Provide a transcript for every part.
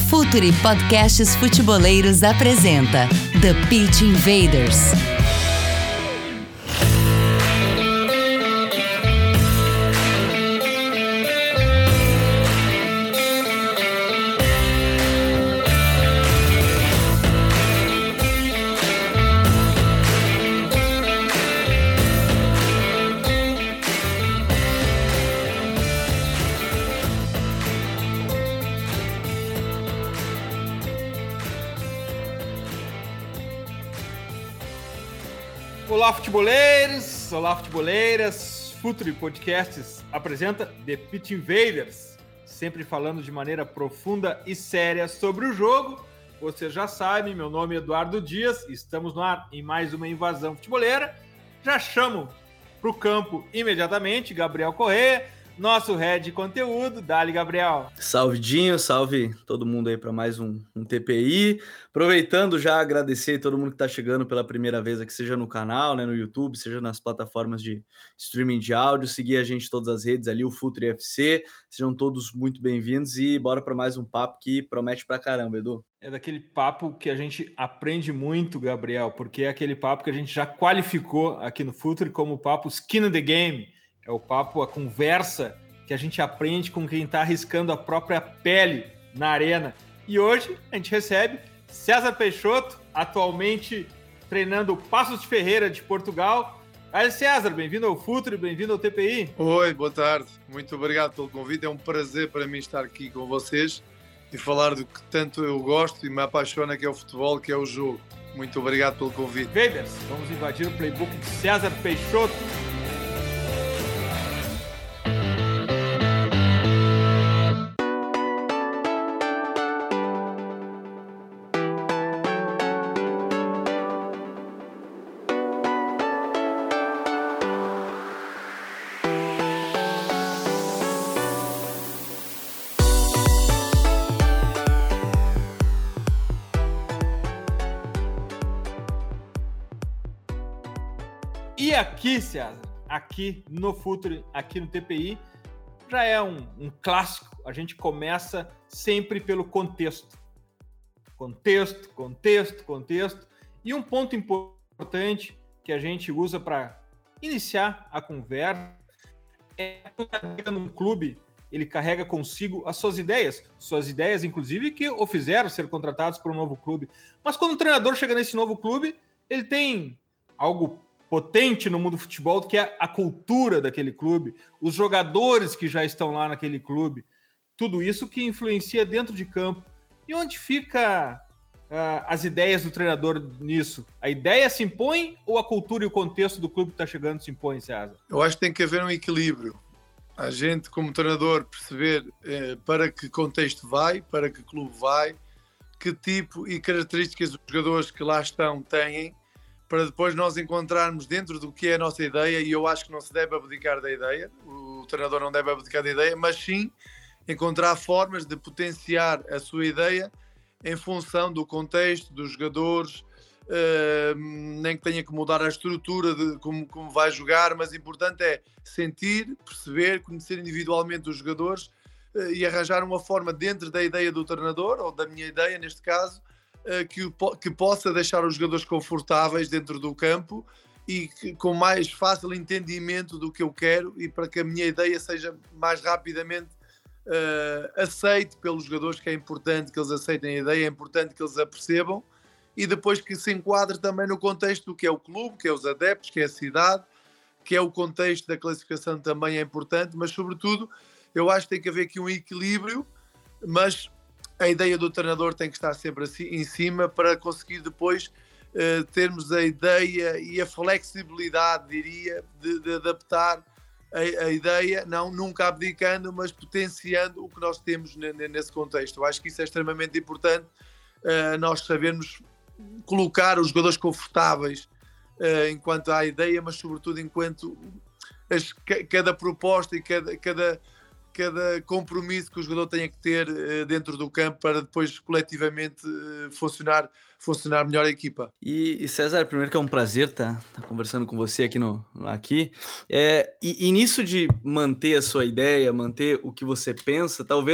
Futuri Podcasts Futeboleiros apresenta The Pitch Invaders. Olá, futeboleiros! Olá, futeboleiras! Futuri Podcasts apresenta The Pitch Invaders, sempre falando de maneira profunda e séria sobre o jogo. Você já sabe, meu nome é Eduardo Dias, estamos no ar em mais uma invasão futeboleira. Já chamo para o campo imediatamente Gabriel Corrêa, nosso head de conteúdo. Dali, Gabriel. Salve, Dinho, salve todo mundo aí para mais um TPI. Aproveitando já agradecer todo mundo que está chegando pela primeira vez aqui, seja no canal, né, no YouTube, seja nas plataformas de streaming de áudio, seguir a gente em todas as redes ali, o Futuri FC. Sejam todos muito bem-vindos e bora para mais um papo que promete pra caramba, Edu. É daquele papo que a gente aprende muito, Gabriel, porque é aquele papo que a gente já qualificou aqui no Futuri como o papo skin in the game. É o papo, a conversa que a gente aprende com quem está arriscando a própria pele na arena. E hoje a gente recebe César Peixoto, atualmente treinando o Paços de Ferreira de Portugal. Aí, César, bem-vindo ao Futuri, bem-vindo ao TPI. Oi, boa tarde. Muito obrigado pelo convite. É um prazer para mim estar aqui com vocês e falar do que tanto eu gosto e me apaixona, que é o futebol, que é o jogo. Muito obrigado pelo convite. Vaders, vamos invadir o playbook de César Peixoto. E aqui, César, aqui no Futuri, aqui no TPI, já é um clássico. A gente começa sempre pelo contexto. Contexto. E um ponto importante que a gente usa para iniciar a conversa é que no clube ele carrega consigo as suas ideias, inclusive, que o fizeram ser contratados para um novo clube. Mas quando o treinador chega nesse novo clube, ele tem algo potente no mundo do futebol, que é a cultura daquele clube, os jogadores que já estão lá naquele clube, tudo isso que influencia dentro de campo. E onde fica as ideias do treinador nisso? A ideia se impõe ou a cultura e o contexto do clube que está chegando se impõe, César? Eu acho que tem que haver um equilíbrio. A gente, como treinador, perceber para que contexto vai, para que clube vai, que tipo e características os jogadores que lá estão têm, para depois nós encontrarmos dentro do que é a nossa ideia. E eu acho que não se deve abdicar da ideia, o treinador não deve abdicar da ideia, mas sim encontrar formas de potenciar a sua ideia em função do contexto, dos jogadores, nem que tenha que mudar a estrutura de como vai jogar, mas o importante é sentir, perceber, conhecer individualmente os jogadores e arranjar uma forma dentro da ideia do treinador, ou da minha ideia neste caso, que possa deixar os jogadores confortáveis dentro do campo e com mais fácil entendimento do que eu quero, e para que a minha ideia seja mais rapidamente aceite pelos jogadores, que é importante que eles aceitem a ideia, é importante que eles a percebam, e depois que se enquadre também no contexto do que é o clube, que é os adeptos, que é a cidade, que é o contexto da classificação também é importante, mas sobretudo eu acho que tem que haver aqui um equilíbrio, mas a ideia do treinador tem que estar sempre assim, em cima, para conseguir depois termos a ideia e a flexibilidade, diria, de adaptar a ideia, não nunca abdicando, mas potenciando o que nós temos nesse contexto. Eu acho que isso é extremamente importante, nós sabermos colocar os jogadores confortáveis enquanto à ideia, mas sobretudo enquanto cada proposta e cada compromisso que o jogador tenha que ter dentro do campo, para depois coletivamente funcionar melhor a equipa. E César, primeiro que é um prazer estar conversando com você aqui. E nisso de manter a sua ideia, manter o que você pensa, talvez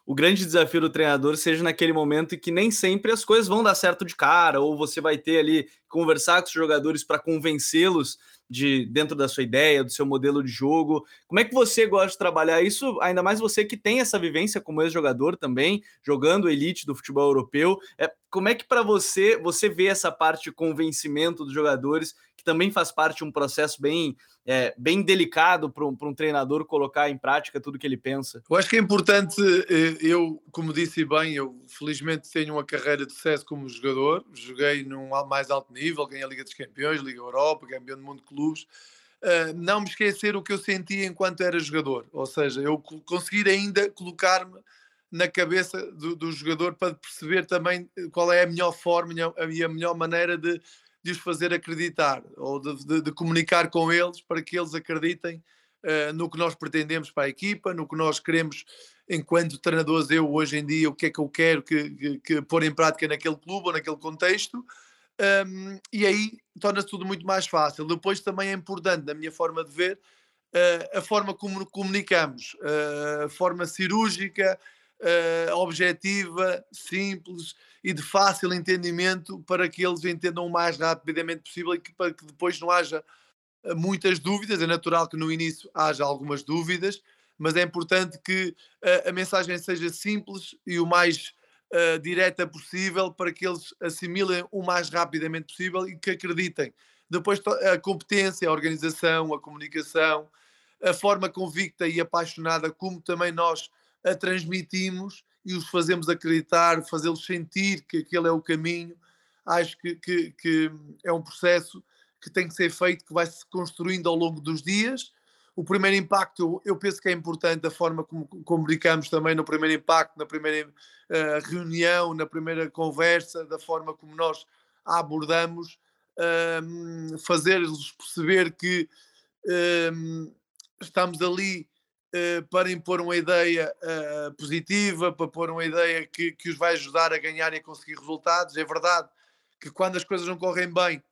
o grande desafio do treinador seja naquele momento em que nem sempre as coisas vão dar certo de cara, ou você vai ter ali conversar com os jogadores para convencê-los dentro da sua ideia, do seu modelo de jogo. Como é que você gosta de trabalhar isso, ainda mais você que tem essa vivência como ex-jogador também, jogando elite do futebol europeu? Como é que para você vê essa parte de convencimento dos jogadores, que também faz parte de um processo bem delicado para um treinador colocar em prática tudo que ele pensa? Eu acho que é importante, eu, como disse bem, eu felizmente tenho uma carreira de sucesso como jogador, joguei num mais alto nível, ganhei a Liga dos Campeões, Liga Europa, campeão do mundo de clubes, não me esquecer o que eu sentia enquanto era jogador, ou seja, eu conseguir ainda colocar-me na cabeça do jogador para perceber também qual é a melhor forma e a melhor maneira de os fazer acreditar, ou de comunicar com eles para que eles acreditem no que nós pretendemos para a equipa, no que nós queremos enquanto treinadores. Eu hoje em dia, o que é que eu quero que pôr em prática naquele clube ou naquele contexto, e aí torna-se tudo muito mais fácil. Depois também é importante, na minha forma de ver, a forma como comunicamos, a forma cirúrgica, objetiva, simples e de fácil entendimento, para que eles entendam o mais rapidamente possível e para que depois não haja muitas dúvidas. É natural que no início haja algumas dúvidas, mas é importante que a mensagem seja simples e o mais direta possível, para que eles assimilem o mais rapidamente possível e que acreditem. Depois a competência, a organização, a comunicação, a forma convicta e apaixonada como também nós a transmitimos e os fazemos acreditar, fazê-los sentir que aquele é o caminho. Acho que é um processo que tem que ser feito, que vai se construindo ao longo dos dias. O primeiro impacto, eu penso que é importante a forma como comunicamos também no primeiro impacto, na primeira reunião, na primeira conversa, da forma como nós a abordamos, fazer-lhes perceber que estamos ali para impor uma ideia positiva, para pôr uma ideia que os vai ajudar a ganhar e a conseguir resultados. É verdade que quando as coisas não correm bem,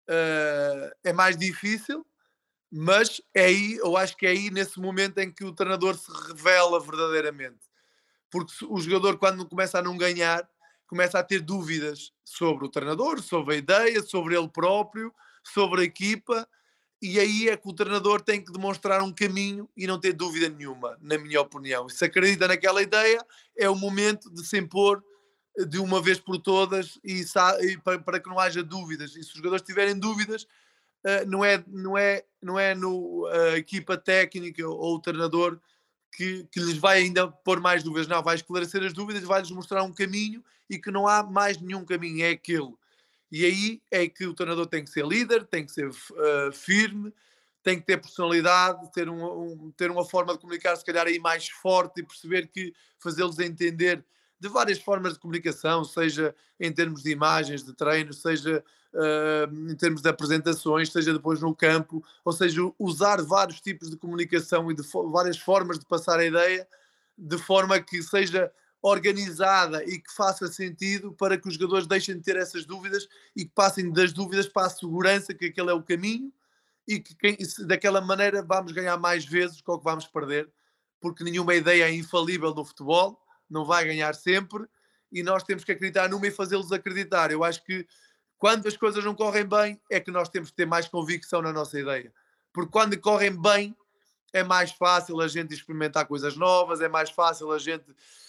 é mais difícil, mas eu acho que é aí, nesse momento, em que o treinador se revela verdadeiramente. Porque o jogador, quando começa a não ganhar, começa a ter dúvidas sobre o treinador, sobre a ideia, sobre ele próprio, sobre a equipa, e aí é que o treinador tem que demonstrar um caminho e não ter dúvida nenhuma, na minha opinião. Se acredita naquela ideia, é o momento de se impor de uma vez por todas e para que não haja dúvidas. E se os jogadores tiverem dúvidas, não é a equipa técnica ou o treinador que lhes vai ainda pôr mais dúvidas. Não, vai esclarecer as dúvidas, vai-lhes mostrar um caminho e que não há mais nenhum caminho, é aquele. E aí é que o treinador tem que ser líder, tem que ser firme, tem que ter personalidade, ter uma forma de comunicar, se calhar aí mais forte, e perceber que fazê-los entender de várias formas de comunicação, seja em termos de imagens de treino, seja em termos de apresentações, seja depois no campo, ou seja, usar vários tipos de comunicação e de várias formas de passar a ideia, de forma que seja organizada e que faça sentido, para que os jogadores deixem de ter essas dúvidas e que passem das dúvidas para a segurança que aquele é o caminho, e que daquela maneira vamos ganhar mais vezes do que vamos perder, porque nenhuma ideia é infalível no futebol, não vai ganhar sempre, e nós temos que acreditar numa e fazê-los acreditar. Eu acho que quando as coisas não correm bem, é que nós temos que ter mais convicção na nossa ideia, porque quando correm bem é mais fácil a gente experimentar coisas novas, é mais fácil a gente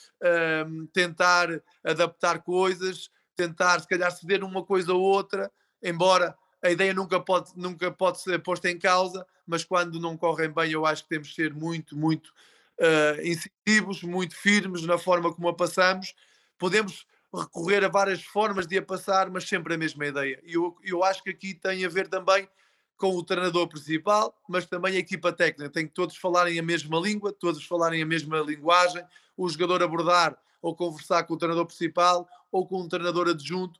tentar adaptar coisas, tentar se calhar ceder uma coisa ou outra, embora a ideia nunca pode ser posta em causa, mas quando não correm bem, eu acho que temos de ser muito incisivos, muito firmes na forma como a passamos. Podemos recorrer a várias formas de a passar, mas sempre a mesma ideia. E eu acho que aqui tem a ver também com o treinador principal, mas também a equipa técnica. Tem que todos falarem a mesma língua, todos falarem a mesma linguagem, o jogador abordar ou conversar com o treinador principal ou com um treinador adjunto.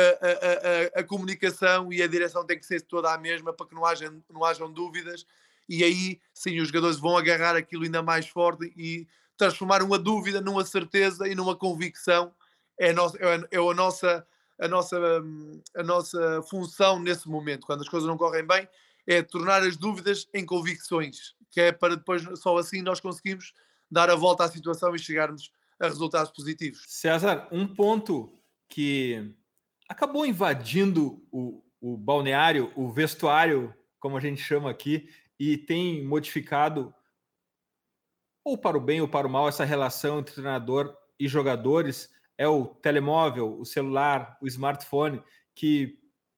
A comunicação e a direção tem que ser toda a mesma, para que não hajam dúvidas, e aí sim os jogadores vão agarrar aquilo ainda mais forte e transformar uma dúvida numa certeza e numa convicção. É a nossa função nesse momento, quando as coisas não correm bem, é tornar as dúvidas em convicções, que é para depois, só assim, nós conseguimos dar a volta à situação e chegarmos a resultados positivos. César, um ponto que acabou invadindo o balneário, o vestuário, como a gente chama aqui, e tem modificado, ou para o bem ou para o mal, essa relação entre treinador e jogadores, é o telemóvel, o celular, o smartphone, que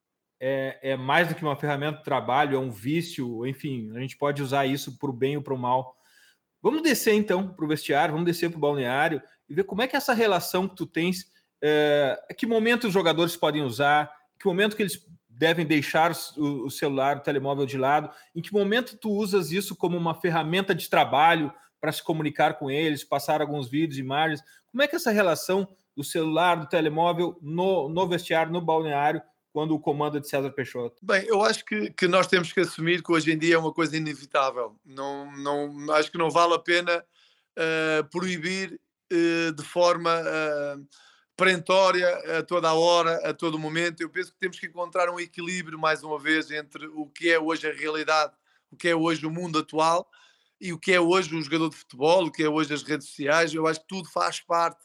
é mais do que uma ferramenta de trabalho, é um vício, enfim, a gente pode usar isso para o bem ou para o mal. Vamos descer então para o vestiário, vamos descer para o balneário e ver como é que essa relação que tu tens, que momento os jogadores podem usar, que momento que eles devem deixar o celular, o telemóvel de lado, em que momento tu usas isso como uma ferramenta de trabalho para se comunicar com eles, passar alguns vídeos, imagens. Como é que essa relação do celular, do telemóvel no vestiário, no balneário, quando o comando é de César Peixoto? Bem, eu acho que nós temos que assumir que hoje em dia é uma coisa inevitável. Acho que não vale a pena proibir de forma perentória a toda a hora, a todo momento. Eu penso que temos que encontrar um equilíbrio, mais uma vez, entre o que é hoje a realidade, o que é hoje o mundo atual e o que é hoje o jogador de futebol, o que é hoje as redes sociais. Eu acho que tudo faz parte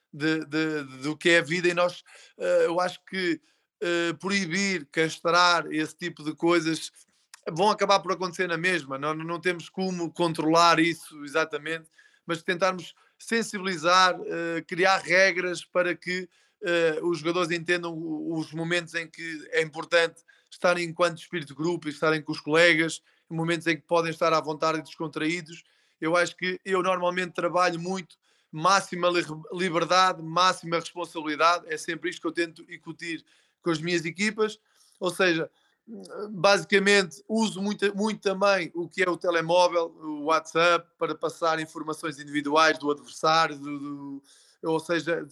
do que é a vida e nós, eu acho que proibir, castrar esse tipo de coisas vão acabar por acontecer na mesma. Não temos como controlar isso exatamente, mas tentarmos sensibilizar, criar regras para que os jogadores entendam os momentos em que é importante estarem enquanto espírito de grupo e estarem com os colegas, momentos em que podem estar à vontade e descontraídos. Eu acho que eu normalmente trabalho muito máxima liberdade, máxima responsabilidade, é sempre isto que eu tento incutir com as minhas equipas, ou seja, basicamente uso muito também o que é o telemóvel, o WhatsApp, para passar informações individuais do adversário, ou seja,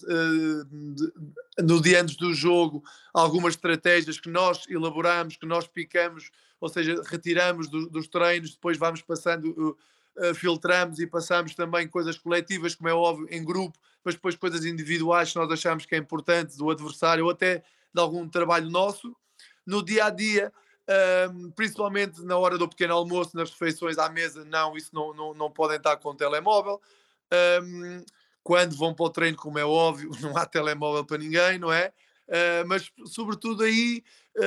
no dia antes do jogo, algumas estratégias que nós elaboramos, que nós picamos, ou seja, retiramos dos treinos, depois vamos passando, filtramos e passamos também coisas coletivas, como é óbvio, em grupo, mas depois coisas individuais que nós achamos que é importante do adversário ou até de algum trabalho nosso. No dia-a-dia, principalmente na hora do pequeno almoço, nas refeições à mesa, isso não podem estar com o telemóvel. Quando vão para o treino, como é óbvio, não há telemóvel para ninguém, não é? Mas sobretudo aí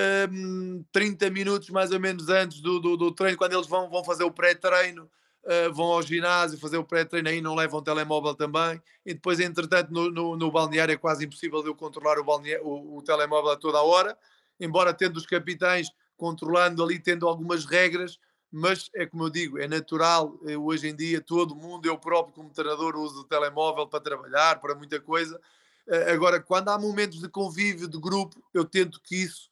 30 minutos mais ou menos antes do treino, quando eles vão fazer o pré-treino, vão ao ginásio fazer o pré-treino, aí não levam telemóvel também, e depois entretanto no balneário é quase impossível de eu controlar o telemóvel a toda a hora, embora tendo os capitães controlando ali, tendo algumas regras, mas é como eu digo, é natural, hoje em dia todo mundo, eu próprio como treinador uso o telemóvel para trabalhar, para muita coisa. Agora, quando há momentos de convívio, de grupo, eu tento que isso,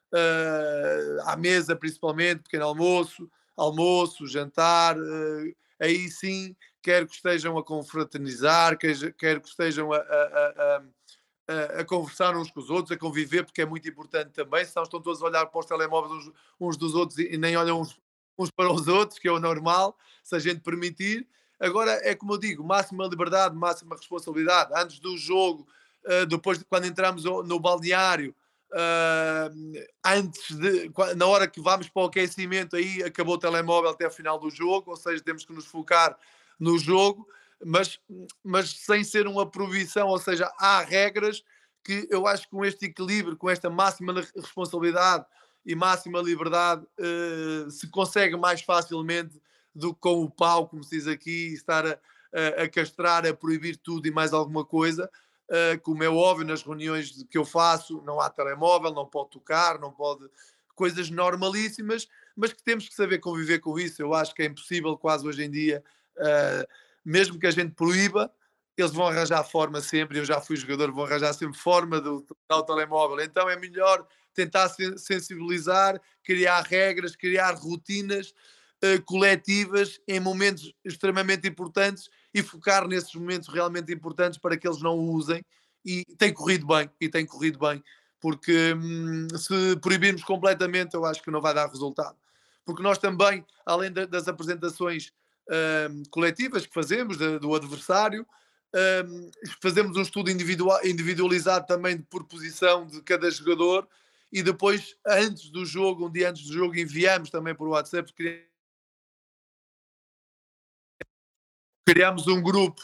à mesa principalmente, pequeno almoço, jantar, aí sim, quero que estejam a confraternizar, quero que estejam a conversar uns com os outros, a conviver, porque é muito importante também, senão estão todos a olhar para os telemóveis uns dos outros e nem olham uns para os outros, que é o normal, se a gente permitir. Agora, é como eu digo, máxima liberdade, máxima responsabilidade. Antes do jogo, depois quando entramos no balneário, na hora que vamos para o aquecimento, aí acabou o telemóvel até o final do jogo, ou seja, temos que nos focar no jogo, mas sem ser uma proibição, ou seja, há regras que eu acho que com este equilíbrio, com esta máxima responsabilidade e máxima liberdade, se consegue mais facilmente do que com o pau, como se diz aqui, estar a castrar, a proibir tudo e mais alguma coisa. Como é óbvio, nas reuniões que eu faço, não há telemóvel, não pode tocar, não pode... Coisas normalíssimas, mas que temos que saber conviver com isso. Eu acho que é impossível quase hoje em dia, mesmo que a gente proíba, eles vão arranjar forma sempre, eu já fui jogador, vão arranjar sempre forma de utilizar o telemóvel. Então é melhor tentar sensibilizar, criar regras, criar rotinas coletivas em momentos extremamente importantes e focar nesses momentos realmente importantes para que eles não o usem. E tem corrido bem, porque se proibirmos completamente, eu acho que não vai dar resultado. Porque nós também, além das apresentações coletivas que fazemos, do adversário, fazemos um estudo individualizado também por posição de cada jogador e depois, um dia antes do jogo, enviamos também por WhatsApp, criamos um grupo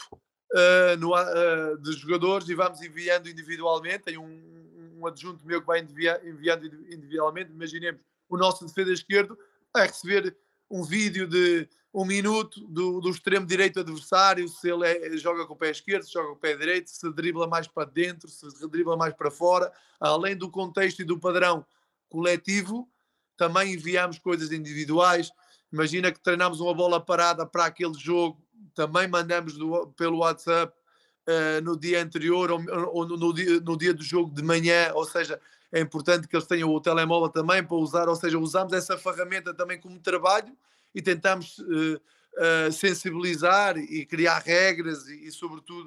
de jogadores e vamos enviando individualmente. Tem um adjunto meu que vai enviando individualmente. Imaginemos o nosso defesa esquerdo a receber um vídeo de 1 minuto do extremo direito adversário, se ele joga com o pé esquerdo, se joga com o pé direito, se dribla mais para dentro, se dribla mais para fora. Além do contexto e do padrão coletivo, também enviamos coisas individuais. Imagina que treinamos uma bola parada para aquele jogo, também mandamos pelo WhatsApp no dia anterior ou no dia do jogo de manhã, ou seja, é importante que eles tenham o telemóvel também para usar, ou seja, usamos essa ferramenta também como trabalho e tentamos sensibilizar e criar regras e sobretudo,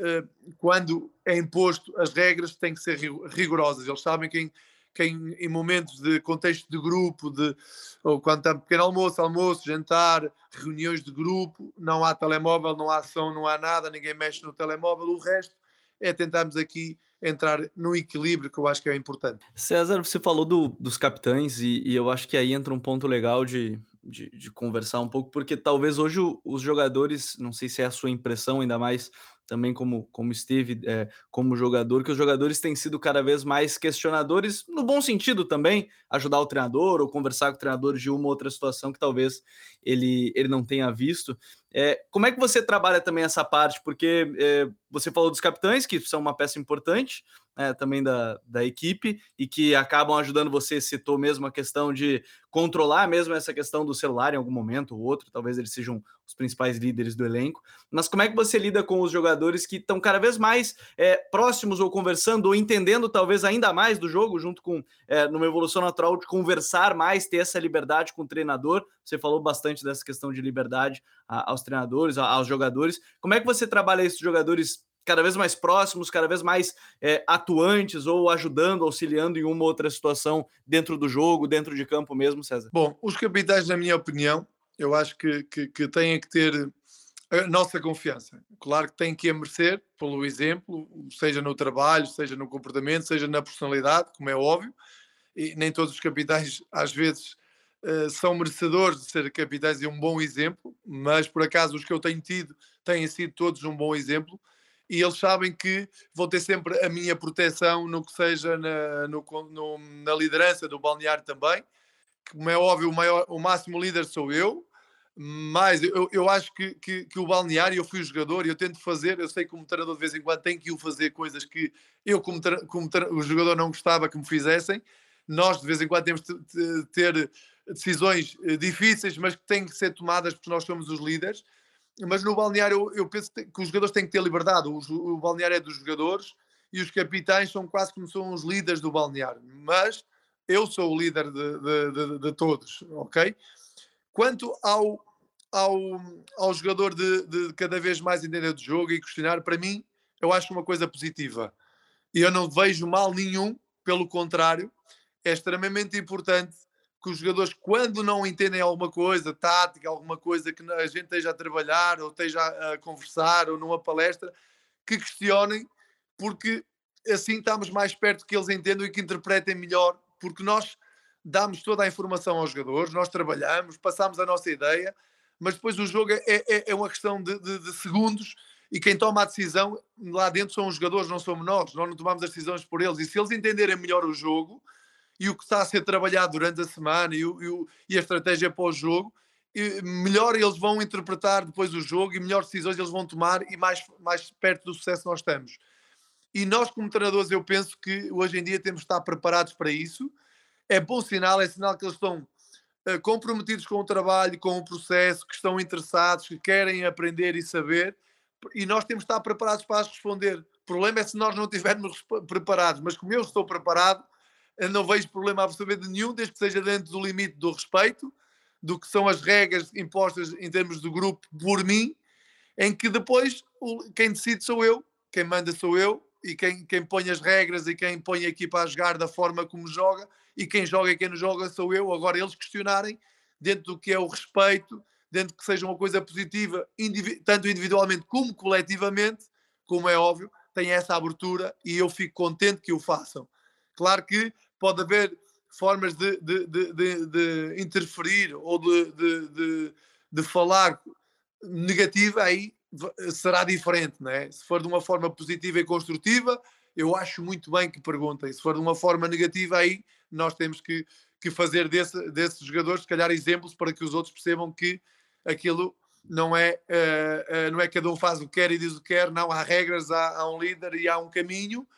quando é imposto, as regras têm que ser rigorosas. Eles sabem que em momentos de contexto de grupo, ou quando está pequeno almoço, jantar, reuniões de grupo, não há telemóvel, não há som, não há nada, ninguém mexe no telemóvel. O resto é tentarmos aqui entrar no equilíbrio, que eu acho que é importante. César, você falou dos capitães e eu acho que aí entra um ponto legal de conversar um pouco, porque talvez hoje os jogadores, não sei se é a sua impressão, ainda mais também como esteve como jogador, que os jogadores têm sido cada vez mais questionadores, no bom sentido também, ajudar o treinador ou conversar com o treinador de uma ou outra situação que talvez ele não tenha visto. Como é que você trabalha também essa parte? Porque você falou dos capitães, que são uma peça importante, também da equipe, e que acabam ajudando. Você citou mesmo a questão de controlar mesmo essa questão do celular em algum momento ou outro, talvez eles sejam os principais líderes do elenco, mas como é que você lida com os jogadores que estão cada vez mais próximos ou conversando ou entendendo talvez ainda mais do jogo, junto com numa evolução natural de conversar mais, ter essa liberdade com o treinador? Você falou bastante dessa questão de liberdade aos treinadores, aos jogadores. Como é que você trabalha esses jogadores cada vez mais próximos, cada vez mais atuantes ou ajudando, auxiliando em uma ou outra situação dentro do jogo, dentro de campo mesmo, César? Bom, os capitães, na minha opinião, eu acho que têm que ter a nossa confiança. Claro que têm que a merecer pelo exemplo, seja no trabalho, seja no comportamento, seja na personalidade, como é óbvio, e nem todos os capitães às vezes são merecedores de ser capitães e um bom exemplo, mas por acaso os que eu tenho tido têm sido todos um bom exemplo. E eles sabem que vão ter sempre a minha proteção no que seja na liderança do balneário também. Como é óbvio, o máximo líder sou eu, mas eu acho que o balneário, eu fui jogador e eu tento fazer, eu sei que como treinador de vez em quando tenho que ir fazer coisas que eu como o jogador não gostava que me fizessem. Nós de vez em quando temos de ter decisões difíceis, mas que têm que ser tomadas porque nós somos os líderes. Mas no balneário eu penso que os jogadores têm que ter liberdade. O balneário é dos jogadores e os capitães são quase como são os líderes do balneário. Mas eu sou o líder de todos, ok? Quanto ao jogador de cada vez mais entender do jogo e questionar, para mim, eu acho uma coisa positiva. E eu não vejo mal nenhum, pelo contrário, é extremamente importante que os jogadores, quando não entendem alguma coisa, tática, alguma coisa que a gente esteja a trabalhar, ou esteja a conversar, ou numa palestra, que questionem, porque assim estamos mais perto que eles entendam e que interpretem melhor, porque nós damos toda a informação aos jogadores, nós trabalhamos, passamos a nossa ideia, mas depois o jogo é uma questão de segundos, e quem toma a decisão lá dentro são os jogadores, não somos nós não tomamos as decisões por eles, e se eles entenderem melhor o jogo, e o que está a ser trabalhado durante a semana e a estratégia para o jogo, melhor eles vão interpretar depois o jogo e melhores decisões eles vão tomar e mais perto do sucesso nós estamos. E nós como treinadores eu penso que hoje em dia temos de estar preparados para isso. É bom sinal, é sinal que eles estão comprometidos com o trabalho, com o processo, que estão interessados, que querem aprender e saber, e nós temos de estar preparados para as responder. O problema é se nós não estivermos preparados, mas como eu estou preparado, eu não vejo problema absolutamente nenhum, desde que seja dentro do limite do respeito, do que são as regras impostas em termos do grupo por mim, em que depois quem decide sou eu, quem manda sou eu, e quem põe as regras e quem põe a equipa a jogar da forma como joga, e quem joga e quem não joga sou eu. Agora eles questionarem dentro do que é o respeito, dentro que seja uma coisa positiva, tanto individualmente como coletivamente, como é óbvio, tem essa abertura e eu fico contente que o façam. Claro que pode haver formas de interferir ou de falar negativa, aí será diferente, não é? Se for de uma forma positiva e construtiva, eu acho muito bem que perguntem. Se for de uma forma negativa, aí nós temos que fazer desses jogadores, se calhar, exemplos para que os outros percebam que aquilo não é cada um faz o que quer e diz o que quer, não, há regras, há um líder e há um caminho.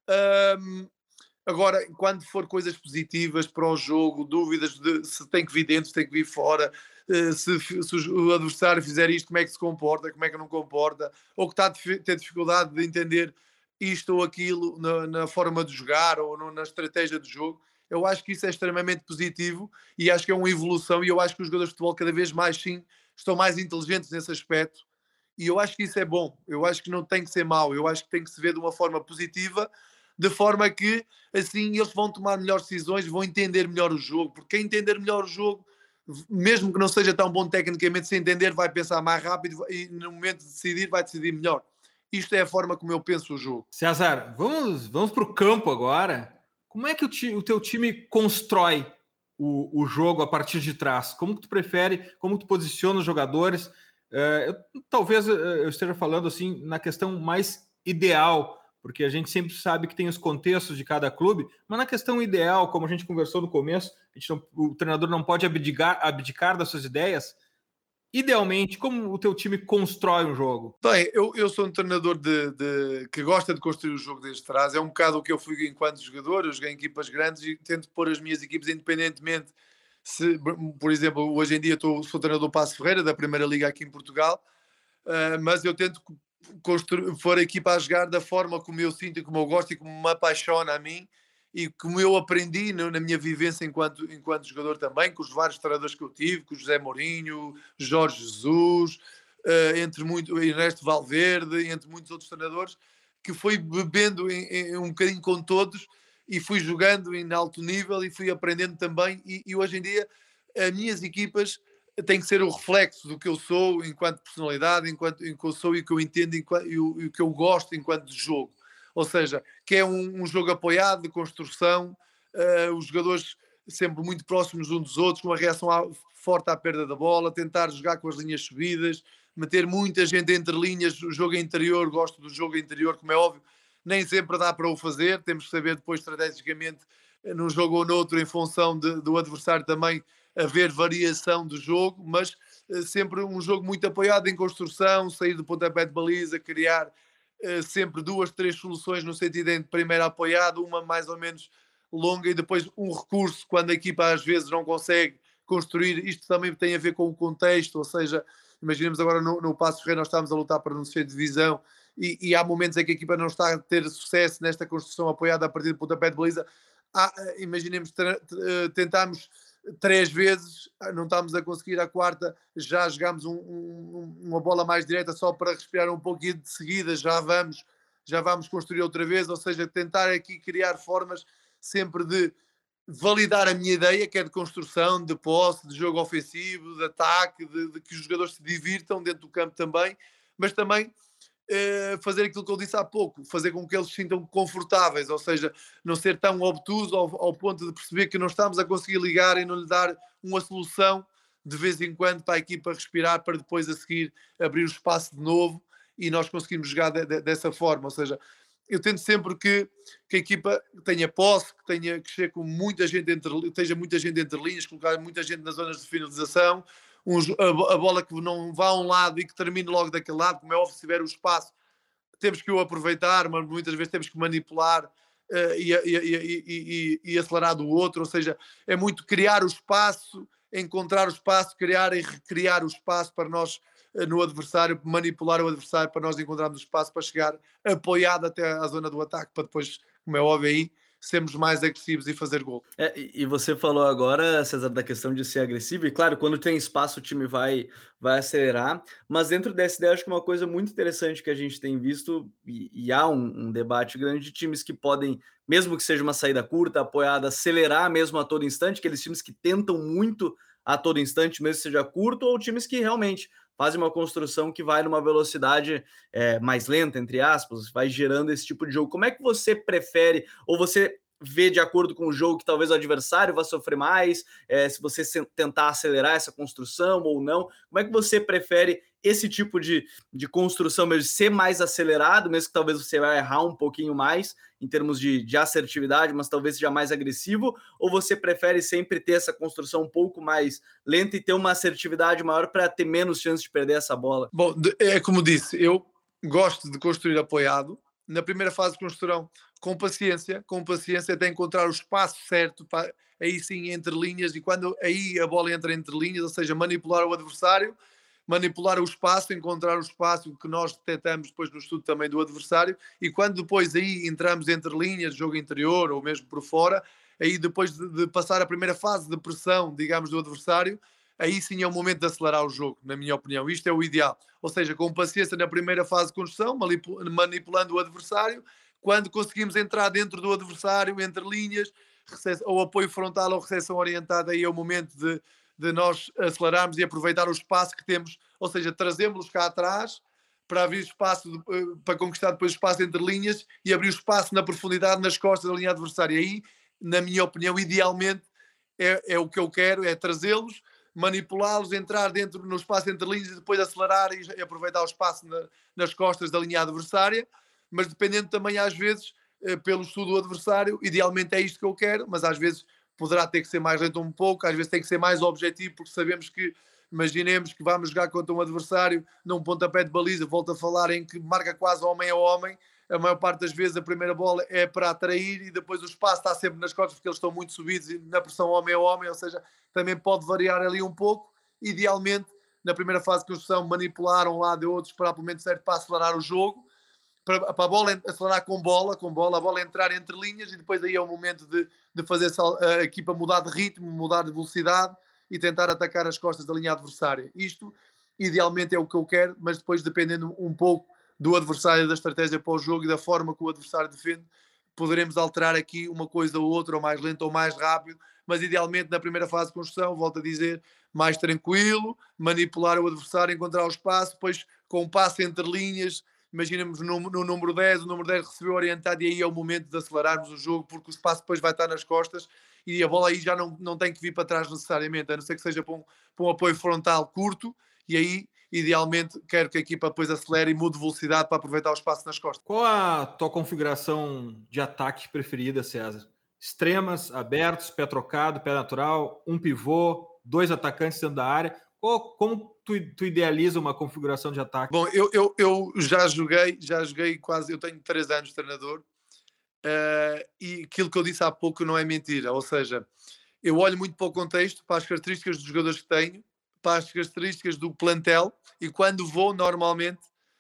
Agora, quando for coisas positivas para o jogo, dúvidas de se tem que vir dentro, se tem que vir fora, se o adversário fizer isto, como é que se comporta, como é que não comporta, ou que está a ter dificuldade de entender isto ou aquilo na forma de jogar ou na estratégia de jogo, eu acho que isso é extremamente positivo e acho que é uma evolução, e eu acho que os jogadores de futebol cada vez mais, sim, estão mais inteligentes nesse aspecto, e eu acho que isso é bom. Eu acho que não tem que ser mau, eu acho que tem que se ver de uma forma positiva, de forma que assim eles vão tomar melhores decisões, vão entender melhor o jogo, porque quem entender melhor o jogo, mesmo que não seja tão bom tecnicamente, se entender, vai pensar mais rápido e no momento de decidir, vai decidir melhor. Isto é a forma como eu penso o jogo. César, vamos para o campo agora. Como é que o teu time constrói o jogo a partir de trás? Como que tu prefere? Como tu posiciona os jogadores? Talvez eu esteja falando assim na questão mais ideal, porque a gente sempre sabe que tem os contextos de cada clube, mas na questão ideal, como a gente conversou no começo, o treinador não pode abdicar das suas ideias. Idealmente, como o teu time constrói um jogo? Bem, eu sou um treinador que gosta de construir o jogo desde trás. É um bocado o que eu fui enquanto jogador. Eu joguei em equipas grandes e tento pôr as minhas equipas independentemente. Se, por exemplo, hoje em dia sou treinador do Paço Ferreira, da Primeira Liga aqui em Portugal, mas eu tento pôr a equipa a jogar da forma como eu sinto e como eu gosto e como me apaixona a mim e como eu aprendi na minha vivência enquanto jogador também, com os vários treinadores que eu tive, com o José Mourinho, Jorge Jesus, Ernesto Valverde, entre muitos outros treinadores, que fui bebendo um bocadinho com todos e fui jogando em alto nível e fui aprendendo também, e hoje em dia as minhas equipas têm que ser o reflexo do que eu sou enquanto personalidade, enquanto que eu sou e o que eu entendo e o que eu gosto enquanto de jogo. Ou seja, que é um jogo apoiado, de construção, os jogadores sempre muito próximos uns dos outros, com uma reação forte à perda da bola, tentar jogar com as linhas subidas, meter muita gente entre linhas, o jogo interior, gosto do jogo interior, como é óbvio, nem sempre dá para o fazer, temos que saber depois estrategicamente, num jogo ou noutro, em função do adversário também, haver variação do jogo, mas sempre um jogo muito apoiado em construção, sair do pontapé de baliza, criar sempre 2, 3 soluções no sentido de primeiro apoiado, uma mais ou menos longa e depois um recurso quando a equipa às vezes não consegue construir. Isto também tem a ver com o contexto, ou seja, imaginemos agora no Paço Ferreira nós estamos a lutar para não ser divisão e há momentos em que a equipa não está a ter sucesso nesta construção apoiada a partir do pontapé de baliza. Imaginemos, tentámos 3 vezes, não estamos a conseguir a quarta, já jogámos uma bola mais direta só para respirar um pouquinho de seguida, já vamos construir outra vez, ou seja, tentar aqui criar formas sempre de validar a minha ideia, que é de construção, de posse, de jogo ofensivo, de ataque, de que os jogadores se divirtam dentro do campo também, mas também fazer aquilo que eu disse há pouco, fazer com que eles se sintam confortáveis, ou seja, não ser tão obtuso ao ponto de perceber que não estamos a conseguir ligar e não lhe dar uma solução de vez em quando para a equipa respirar, para depois a seguir abrir o espaço de novo e nós conseguimos jogar dessa forma. Ou seja, eu tento sempre que a equipa tenha posse, que chegue com muita gente esteja muita gente entre linhas, colocar muita gente nas zonas de finalização, a bola que não vá a um lado e que termine logo daquele lado, como é óbvio, se tiver o espaço, temos que o aproveitar, mas muitas vezes temos que manipular e acelerar do outro, ou seja, é muito criar o espaço, encontrar o espaço, criar e recriar o espaço para nós, no adversário, manipular o adversário para nós encontrarmos o espaço para chegar apoiado até à zona do ataque, para depois, como é óbvio aí, sermos mais agressivos e fazer gol. E você falou agora, César, da questão de ser agressivo, e claro, quando tem espaço o time vai acelerar, mas dentro dessa ideia acho que uma coisa muito interessante que a gente tem visto, e há um debate grande de times que podem, mesmo que seja uma saída curta, apoiada, acelerar mesmo a todo instante, aqueles times que tentam muito a todo instante, mesmo que seja curto, ou times que realmente fazem uma construção que vai numa velocidade mais lenta, entre aspas, vai gerando esse tipo de jogo. Como é que você prefere, ou você vê de acordo com o jogo que talvez o adversário vá sofrer mais, se você tentar acelerar essa construção ou não? Como é que você prefere esse tipo de construção mesmo, ser mais acelerado, mesmo que talvez você vai errar um pouquinho mais em termos de assertividade, mas talvez seja mais agressivo, ou você prefere sempre ter essa construção um pouco mais lenta e ter uma assertividade maior para ter menos chance de perder essa bola? Bom, é como disse, eu gosto de construir apoiado. Na primeira fase de construção, com paciência até encontrar o espaço certo, aí sim entre linhas, e quando aí a bola entra entre linhas, ou seja, manipular o adversário, manipular o espaço, encontrar o espaço que nós detectamos depois no estudo também do adversário, e quando depois aí entramos entre linhas, jogo interior ou mesmo por fora, aí depois de passar a primeira fase de pressão, digamos, do adversário, aí sim é o momento de acelerar o jogo, na minha opinião. Isto é o ideal. Ou seja, com paciência na primeira fase de construção, manipulando o adversário, quando conseguimos entrar dentro do adversário, entre linhas, ou apoio frontal ou recepção orientada, aí é o momento de nós acelerarmos e aproveitar o espaço que temos, ou seja, trazemos-los cá atrás para abrir espaço, para conquistar depois o espaço entre linhas e abrir o espaço na profundidade, nas costas da linha adversária. Aí, na minha opinião, idealmente, é o que eu quero, é trazê-los, manipulá-los, entrar dentro no espaço entre linhas e depois acelerar e aproveitar o espaço nas costas da linha adversária, mas dependendo também às vezes pelo estudo do adversário, idealmente é isto que eu quero, mas às vezes poderá ter que ser mais lento um pouco, às vezes tem que ser mais objetivo, porque sabemos que, imaginemos que vamos jogar contra um adversário num pontapé de baliza, volto a falar, em que marca quase homem a homem, a maior parte das vezes a primeira bola é para atrair e depois o espaço está sempre nas costas porque eles estão muito subidos e na pressão homem a homem, ou seja, também pode variar ali um pouco. Idealmente, na primeira fase de construção, manipular um lado e outro, esperar pelo momento certo para acelerar o jogo, para a bola acelerar com bola, a bola entrar entre linhas e depois aí é o momento de fazer a equipa mudar de ritmo, mudar de velocidade e tentar atacar as costas da linha adversária. Isto, idealmente, é o que eu quero, mas depois, dependendo um pouco do adversário, da estratégia para o jogo e da forma que o adversário defende, poderemos alterar aqui uma coisa ou outra, ou mais lento ou mais rápido, mas idealmente na primeira fase de construção, volto a dizer, mais tranquilo, manipular o adversário, encontrar o espaço, depois com um passe entre linhas, imaginemos no número 10, o número 10 recebeu orientado e aí é o momento de acelerarmos o jogo, porque o espaço depois vai estar nas costas e a bola aí já não tem que vir para trás necessariamente, a não ser que seja para um apoio frontal curto, e aí idealmente quero que a equipa depois acelere e mude velocidade para aproveitar o espaço nas costas. Qual a tua configuração de ataque preferida, César? Extremas, abertos, pé trocado, pé natural, um pivô, 2 atacantes dentro da área. Como tu idealiza uma configuração de ataque? Bom, eu já joguei quase, eu tenho 3 anos de treinador, e aquilo que eu disse há pouco não é mentira, ou seja, eu olho muito para o contexto, para as características dos jogadores que tenho, para as características do plantel, e quando vou, normalmente,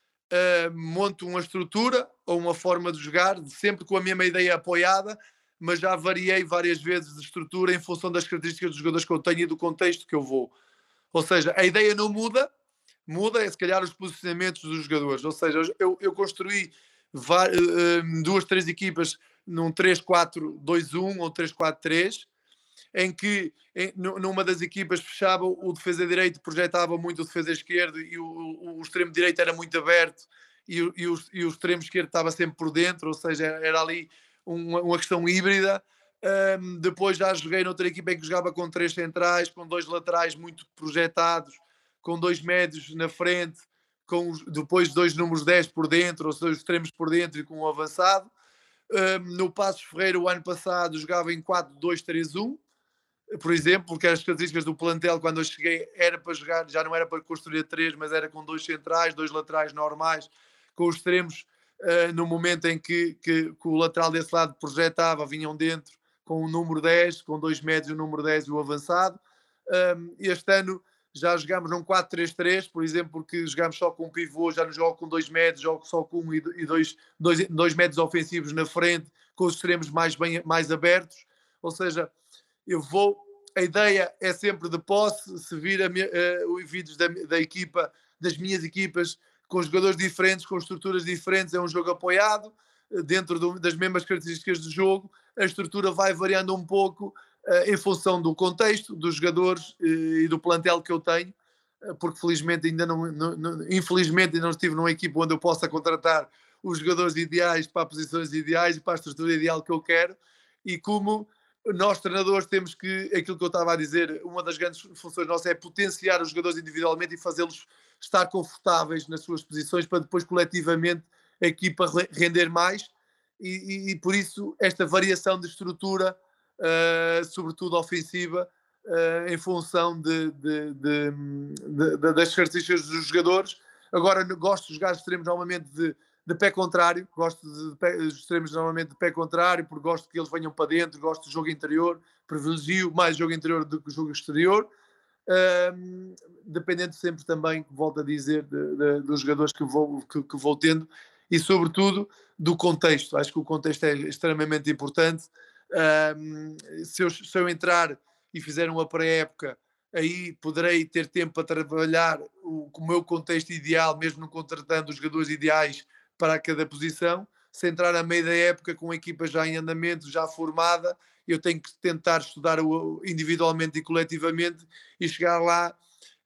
monto uma estrutura ou uma forma de jogar, sempre com a mesma ideia apoiada, mas já variei várias vezes de estrutura em função das características dos jogadores que eu tenho e do contexto que eu vou. Ou seja, a ideia não muda é se calhar os posicionamentos dos jogadores. Ou seja, eu construí 2, 3 equipas num 3-4-2-1 ou 3-4-3, em que numa das equipas fechava o defesa direito, projetava muito o defesa esquerdo e o extremo direito era muito aberto e o extremo esquerdo estava sempre por dentro, ou seja, era ali uma questão híbrida. Depois já joguei noutra equipa em que jogava com 3 centrais, com 2 laterais muito projetados, com 2 médios na frente, com depois 2 números 10 por dentro, ou 2 extremos por dentro e com um avançado. No Passos Ferreira, o ano passado, jogava em 4-2-3-1, por exemplo, porque as características do plantel, quando eu cheguei, era para jogar, já não era para construir a 3, mas era com 2 centrais, 2 laterais normais, com os extremos, no momento em que o lateral desse lado projetava, vinham dentro com o número 10, com 2 médios, o número 10 e o avançado. Este ano já jogámos num 4-3-3, por exemplo, porque jogámos só com um pivô, já não jogo com 2 médios, jogo só com 1 e 2 médios ofensivos na frente, com os extremos mais abertos. Ou seja, a ideia é sempre de posse, se vir os vídeos da equipa, das minhas equipas, com jogadores diferentes, com estruturas diferentes, é um jogo apoiado, dentro das mesmas características do jogo, a estrutura vai variando um pouco em função do contexto, dos jogadores e do plantel que eu tenho, porque felizmente infelizmente ainda não estive numa equipa onde eu possa contratar os jogadores ideais para posições ideais e para a estrutura ideal que eu quero, e como nós treinadores temos que, aquilo que eu estava a dizer, uma das grandes funções nossas é potenciar os jogadores individualmente e fazê-los estar confortáveis nas suas posições para depois coletivamente a equipa render mais e por isso esta variação de estrutura, sobretudo ofensiva, em função das características dos jogadores. Agora gosto de jogar extremos normalmente de pé contrário, gosto de extremos normalmente de pé contrário, porque gosto que eles venham para dentro, gosto de jogo interior, privilegio mais jogo interior do que jogo exterior, dependendo sempre também, volto a dizer, dos jogadores que vou tendo e sobretudo do contexto. Acho que o contexto é extremamente importante. Se eu entrar e fizer uma pré-época, aí poderei ter tempo para trabalhar o meu contexto ideal, mesmo não contratando os jogadores ideais para cada posição. Se entrar a meio da época com a equipa já em andamento, já formada, eu tenho que tentar estudar individualmente e coletivamente e chegar lá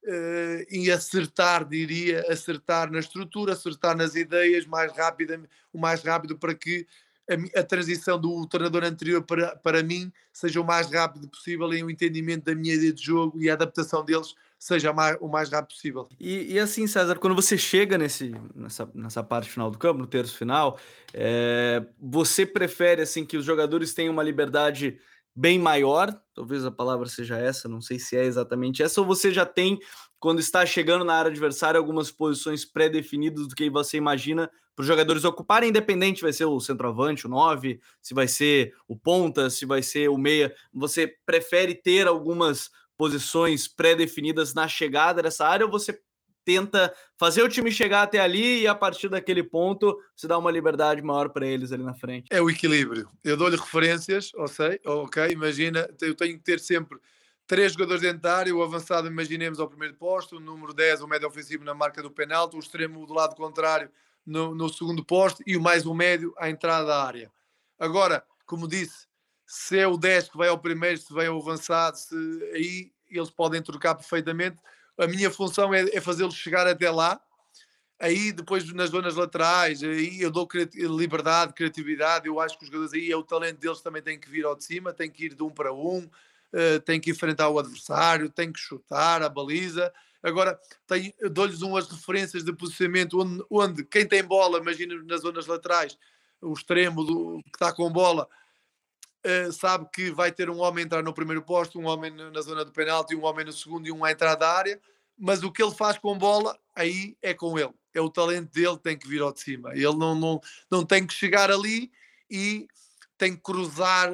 e acertar na estrutura, acertar nas ideias o mais rápido para que a transição do treinador anterior para mim seja o mais rápido possível em o entendimento da minha ideia de jogo e a adaptação deles seja o mais rápido possível. E assim, César, quando você chega nessa parte final do campo, no terço final, você prefere assim que os jogadores tenham uma liberdade bem maior, talvez a palavra seja essa, não sei se é exatamente essa, ou você já tem, quando está chegando na área adversária, algumas posições pré-definidas do que você imagina para os jogadores ocuparem, independente, vai ser o centroavante, o 9, se vai ser o ponta, se vai ser o meia, você prefere ter algumas posições pré-definidas na chegada dessa área, ou você tenta fazer o time chegar até ali e a partir daquele ponto você dá uma liberdade maior para eles ali na frente? É o equilíbrio. Eu dou-lhe referências, ok, imagina, eu tenho que ter sempre 3 jogadores dentro da área, o avançado imaginemos ao primeiro posto, o número 10, o médio ofensivo na marca do penalti, o extremo do lado contrário no segundo posto e o mais o médio à entrada da área. Agora, como disse, se é o 10 que vai ao primeiro, se vai ao avançado, aí eles podem trocar perfeitamente. A minha função é fazê-los chegar até lá. Aí depois nas zonas laterais, aí eu dou liberdade, criatividade. Eu acho que os jogadores aí, o talento deles também tem que vir ao de cima, tem que ir de 1 para 1, tem que enfrentar o adversário, tem que chutar a baliza. Agora, dou-lhes umas referências de posicionamento onde quem tem bola, imagina nas zonas laterais, o extremo que está com bola, sabe que vai ter um homem entrar no primeiro posto, um homem na zona do penalti, um homem no segundo e um à entrada da área, mas o que ele faz com bola, aí é com ele. É o talento dele que tem que vir ao de cima. Ele não tem que chegar ali e tem que cruzar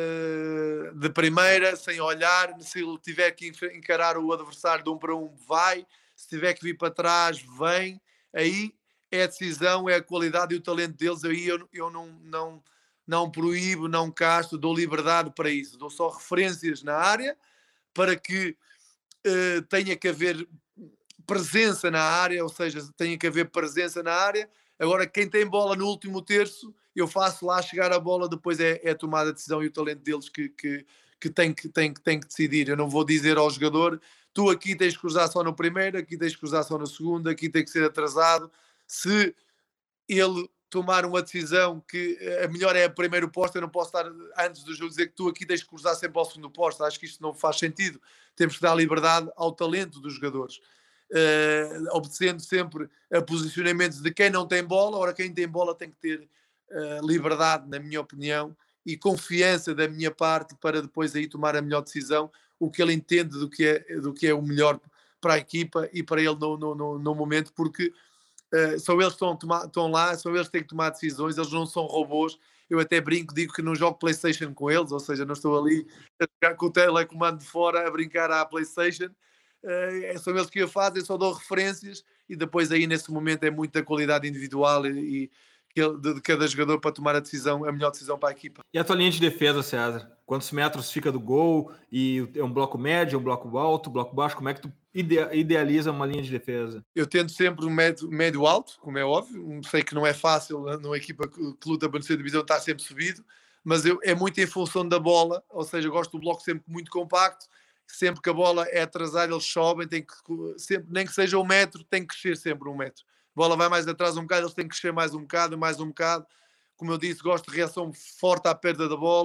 de primeira, sem olhar. Se ele tiver que encarar o adversário de 1 para 1, vai. Se tiver que vir para trás, vem. Aí é a decisão, é a qualidade e o talento deles. Aí eu não proíbo, não casto, dou liberdade para isso. Dou só referências na área para que tenha que haver presença na área, ou seja, tenha que haver presença na área. Agora, quem tem bola no último terço, eu faço lá chegar a bola, depois é a tomada de decisão e o talento deles que tem que decidir. Eu não vou dizer ao jogador, tu aqui tens que cruzar só no primeiro, aqui tens que cruzar só no segundo, aqui tem que ser atrasado. Se ele tomar uma decisão que a melhor é a primeiro posto, eu não posso estar antes do jogo dizer que tu aqui tens que cruzar sempre ao segundo posto. Acho que isto não faz sentido. Temos que dar liberdade ao talento dos jogadores, obedecendo sempre a posicionamentos de quem não tem bola. Ora, quem tem bola tem que ter liberdade, na minha opinião, e confiança da minha parte para depois aí tomar a melhor decisão, o que ele entende do que é o melhor para a equipa e para ele no momento, porque são eles que estão lá, são eles que têm que tomar decisões, eles não são robôs. Eu até brinco, digo que não jogo PlayStation com eles, ou seja, não estou ali a jogar com o telecomando de fora a brincar à PlayStation. São eles que o fazem, só dou referências e depois aí nesse momento é muita qualidade individual e de cada jogador para tomar a melhor decisão para a equipa. E a tua linha de defesa, César? Quantos metros fica do gol? E é um bloco médio, um bloco alto, bloco baixo? Como é que tu idealiza uma linha de defesa? Eu tento sempre um médio alto, como é óbvio. Sei que não é fácil numa equipa que luta para não ser divisão estar sempre subido, mas é muito em função da bola, ou seja, gosto do bloco sempre muito compacto. Sempre que a bola é atrasada, eles sobem, sempre, nem que seja 1 metro, tem que crescer sempre 1 metro. A bola vai mais atrás um bocado, eles têm que crescer mais um bocado. Como eu disse, gosto de reação forte à perda da bola,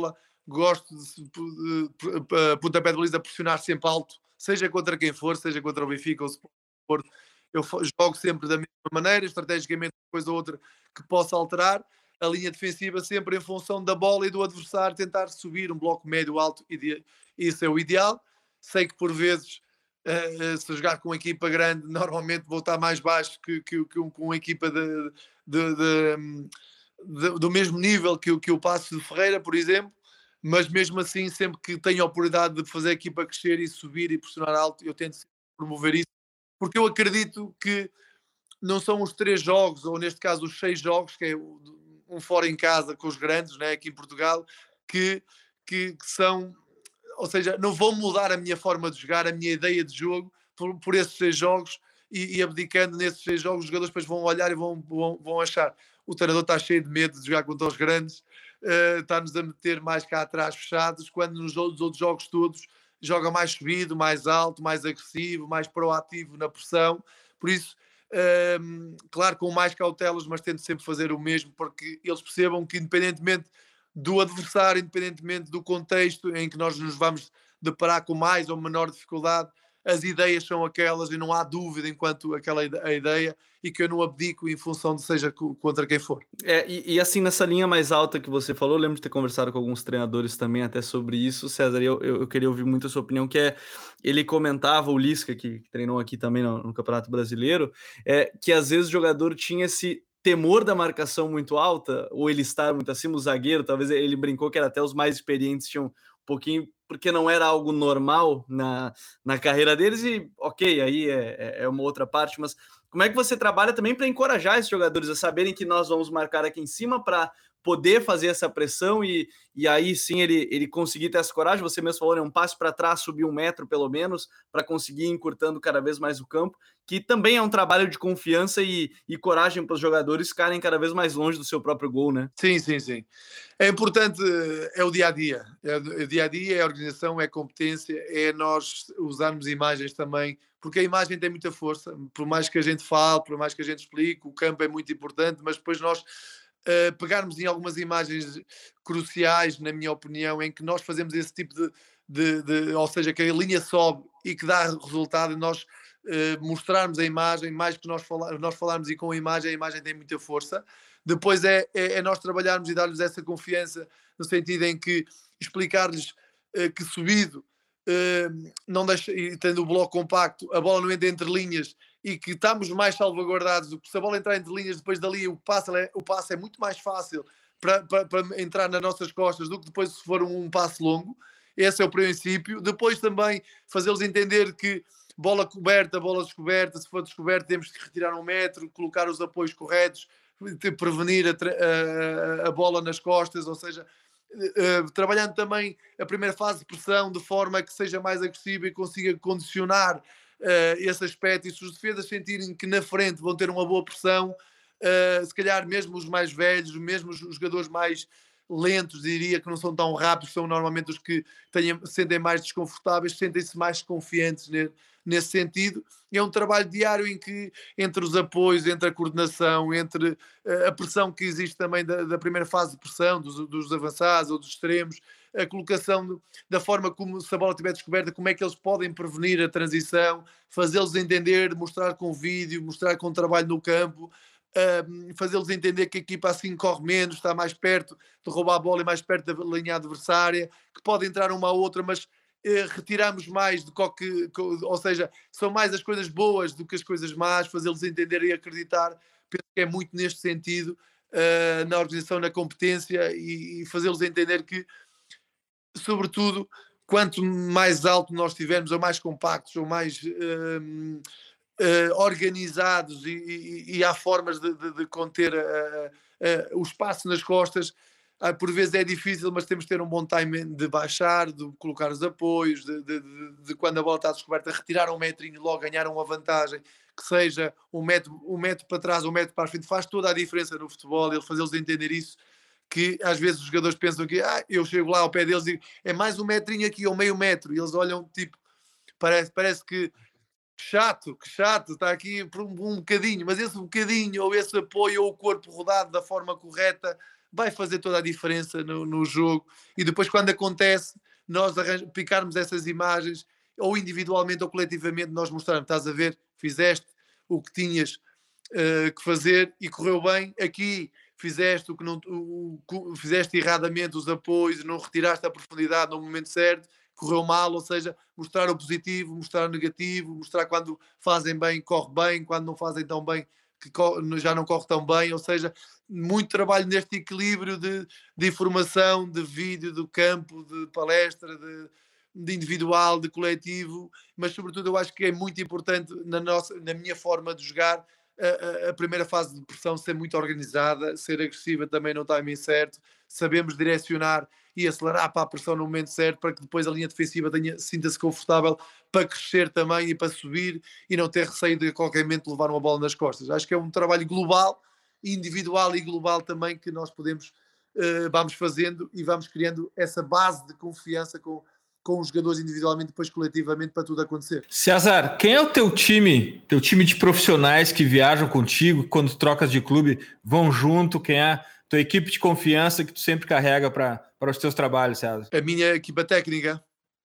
gosto de pontapé de baliza pressionar sempre alto, seja contra quem for, seja contra o Benfica ou o Sport. Eu jogo sempre da mesma maneira, estrategicamente, coisa ou outra que possa alterar. A linha defensiva sempre em função da bola e do adversário tentar subir um bloco médio alto, isso é o ideal. Sei que por vezes se jogar com uma equipa grande normalmente vou estar mais baixo com uma equipa do mesmo nível que o Paços de Ferreira, por exemplo, mas mesmo assim sempre que tenho a oportunidade de fazer a equipa crescer e subir e pressionar alto, eu tento promover isso, porque eu acredito que não são os 3 jogos, ou neste caso os 6 jogos, que é um fora em casa com os grandes, né, aqui em Portugal, que são, ou seja, não vão mudar a minha forma de jogar, a minha ideia de jogo por esses 6 jogos, e abdicando nesses 6 jogos, os jogadores depois vão olhar e vão achar o treinador está cheio de medo de jogar contra os grandes, está-nos a meter mais cá atrás fechados, quando nos outros jogos todos joga mais subido, mais alto, mais agressivo, mais proativo na pressão. Por isso, claro, com mais cautelas, mas tento sempre fazer o mesmo, porque eles percebam que independentemente do adversário, independentemente do contexto em que nós nos vamos deparar com mais ou menor dificuldade, as ideias são aquelas e não há dúvida enquanto a ideia, e que eu não abdico em função de seja contra quem for. E assim, nessa linha mais alta que você falou, eu lembro de ter conversado com alguns treinadores também até sobre isso, César, e eu queria ouvir muito a sua opinião, que é, ele comentava, o Lisca, que treinou aqui também no Campeonato Brasileiro, que às vezes o jogador tinha esse temor da marcação muito alta, ou ele estar muito acima, o zagueiro, talvez ele brincou que era até os mais experientes tinham um pouquinho, porque não era algo normal na carreira deles, e ok, aí é uma outra parte, mas como é que você trabalha também para encorajar esses jogadores a saberem que nós vamos marcar aqui em cima para poder fazer essa pressão e aí sim ele conseguir ter essa coragem? Você mesmo falou, né, um passe para trás, subir 1 metro pelo menos, para conseguir ir encurtando cada vez mais o campo, que também é um trabalho de confiança e coragem para os jogadores ficarem cada vez mais longe do seu próprio gol, né? Sim, sim, sim. É importante, é o dia-a-dia. É o dia-a-dia, é a organização, é a competência, é nós usarmos imagens também, porque a imagem tem muita força, por mais que a gente fale, por mais que a gente explique, o campo é muito importante, mas depois nós pegarmos em algumas imagens cruciais, na minha opinião, em que nós fazemos esse tipo ou seja, que a linha sobe e que dá resultado, e nós mostrarmos a imagem, mais que nós falarmos e com a imagem tem muita força. Depois é nós trabalharmos e dar-lhes essa confiança, no sentido em que explicar-lhes que subido, não deixa, e tendo o bloco compacto, a bola não entra entre linhas, e que estamos mais salvaguardados do que se a bola entrar entre linhas, depois dali o passe é muito mais fácil para entrar nas nossas costas do que depois se for um passe longo. Esse é o princípio. Depois também fazê-los entender que bola coberta, bola descoberta, se for descoberta temos que retirar 1 metro, colocar os apoios corretos, prevenir a bola nas costas, ou seja, trabalhando também a primeira fase de pressão de forma que seja mais agressiva e consiga condicionar esse aspecto, e se os defesas sentirem que na frente vão ter uma boa pressão, se calhar mesmo os mais velhos, mesmo os jogadores mais lentos, diria, que não são tão rápidos, são normalmente os que sentem mais desconfortáveis, sentem-se mais confiantes nesse sentido. É um trabalho diário em que, entre os apoios, entre a coordenação, entre a pressão que existe também da primeira fase de pressão, dos avançados ou dos extremos, a colocação da forma como, se a bola estiver descoberta, como é que eles podem prevenir a transição, fazê-los entender, mostrar com vídeo, mostrar com trabalho no campo, fazê-los entender que a equipa assim corre menos, está mais perto de roubar a bola e mais perto da linha adversária, que pode entrar uma ou outra, mas retiramos mais do que, ou seja, são mais as coisas boas do que as coisas más, fazê-los entender e acreditar. Penso que é muito neste sentido, na organização, na competência, e fazê-los entender que, sobretudo, quanto mais alto nós tivermos, ou mais compactos, ou mais organizados, e há formas de conter o espaço nas costas. Por vezes é difícil, mas temos de ter um bom timing de baixar, de colocar os apoios, de quando a bola está descoberta, retirar 1 metrinho e logo ganhar uma vantagem, que seja 1 metro para trás, 1 metro para a frente. Faz toda a diferença no futebol, ele fazê-los entender isso, que às vezes os jogadores pensam que eu chego lá ao pé deles e é mais 1 metrinho aqui, ou meio metro, e eles olham tipo, parece que chato, está aqui por um bocadinho, mas esse bocadinho, ou esse apoio, ou o corpo rodado da forma correta, vai fazer toda a diferença no jogo. E depois, quando acontece, nós picarmos essas imagens, ou individualmente ou coletivamente, nós mostrarmos, estás a ver, fizeste o que tinhas que fazer e correu bem. Aqui fizeste fizeste erradamente os apoios, não retiraste a profundidade no momento certo, correu mal. Ou seja, mostrar o positivo, mostrar o negativo, mostrar quando fazem bem, corre bem, quando não fazem tão bem, que já não corre tão bem. Ou seja, muito trabalho neste equilíbrio de informação, de vídeo, do campo, de palestra, de individual, de coletivo, mas sobretudo eu acho que é muito importante na minha forma de jogar, a primeira fase de pressão ser muito organizada, ser agressiva também no timing certo, sabemos direcionar e acelerar para a pressão no momento certo, para que depois a linha defensiva sinta-se confortável para crescer também e para subir e não ter receio de a qualquer momento levar uma bola nas costas. Acho que é um trabalho global, individual e global também, que nós vamos fazendo e vamos criando essa base de confiança com os jogadores individualmente, depois coletivamente, para tudo acontecer. César, quem é o teu time de profissionais que viajam contigo, quando trocas de clube, vão junto? Quem é a tua equipe de confiança que tu sempre carrega para os teus trabalhos, César? A minha equipa técnica?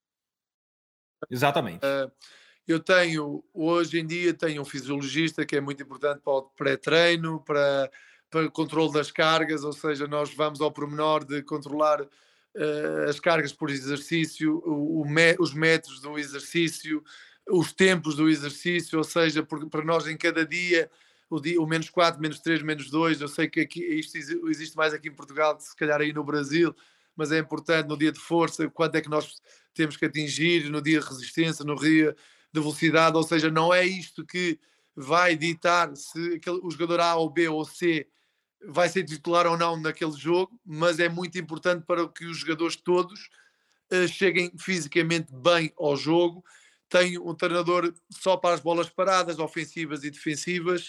Exatamente. Eu hoje em dia, tenho um fisiologista que é muito importante para o pré-treino, para o controle das cargas, ou seja, nós vamos ao pormenor de controlar as cargas por exercício, os metros do exercício, os tempos do exercício. Ou seja, para nós em cada dia, o menos 4, menos 3, menos 2, eu sei que aqui, isto existe mais aqui em Portugal, que se calhar aí no Brasil, mas é importante no dia de força, quanto é que nós temos que atingir, no dia de resistência, no dia de velocidade. Ou seja, não é isto que vai ditar se o jogador A ou B ou C vai ser titular ou não naquele jogo, mas é muito importante para que os jogadores todos cheguem fisicamente bem ao jogo. Tenho um treinador só para as bolas paradas, ofensivas e defensivas,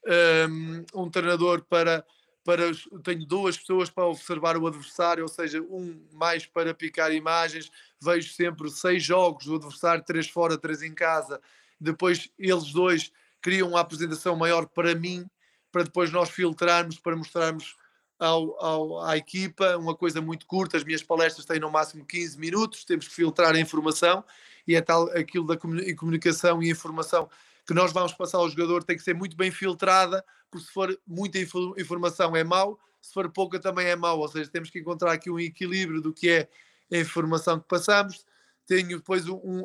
um treinador tenho 2 pessoas para observar o adversário, ou seja, mais para picar imagens. Vejo sempre 6 jogos do adversário, 3 fora, 3 em casa. Depois eles 2 criam uma apresentação maior para mim, para depois nós filtrarmos, para mostrarmos à equipa uma coisa muito curta. As minhas palestras têm no máximo 15 minutos, temos que filtrar a informação, e é tal aquilo da comunicação e informação que nós vamos passar ao jogador tem que ser muito bem filtrada, porque se for muita informação é mau, se for pouca também é mau. Ou seja, temos que encontrar aqui um equilíbrio do que é a informação que passamos. Tenho depois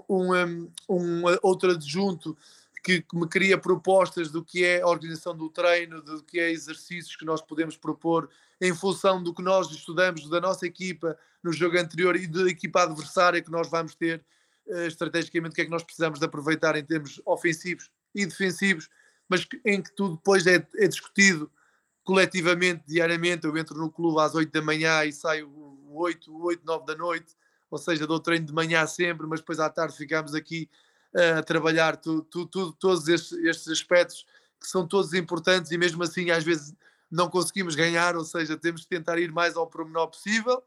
outro adjunto que me cria propostas do que é a organização do treino, do que é exercícios que nós podemos propor em função do que nós estudamos da nossa equipa no jogo anterior e da equipa adversária que nós vamos ter, estrategicamente, o que é que nós precisamos de aproveitar em termos ofensivos e defensivos, mas em que tudo depois é discutido coletivamente, diariamente. Eu entro no clube às 8 da manhã e saio 8, 9 da noite, ou seja, dou treino de manhã sempre, mas depois à tarde ficamos aqui a trabalhar todos estes aspectos que são todos importantes, e mesmo assim às vezes não conseguimos ganhar, ou seja, temos de tentar ir mais ao pormenor possível.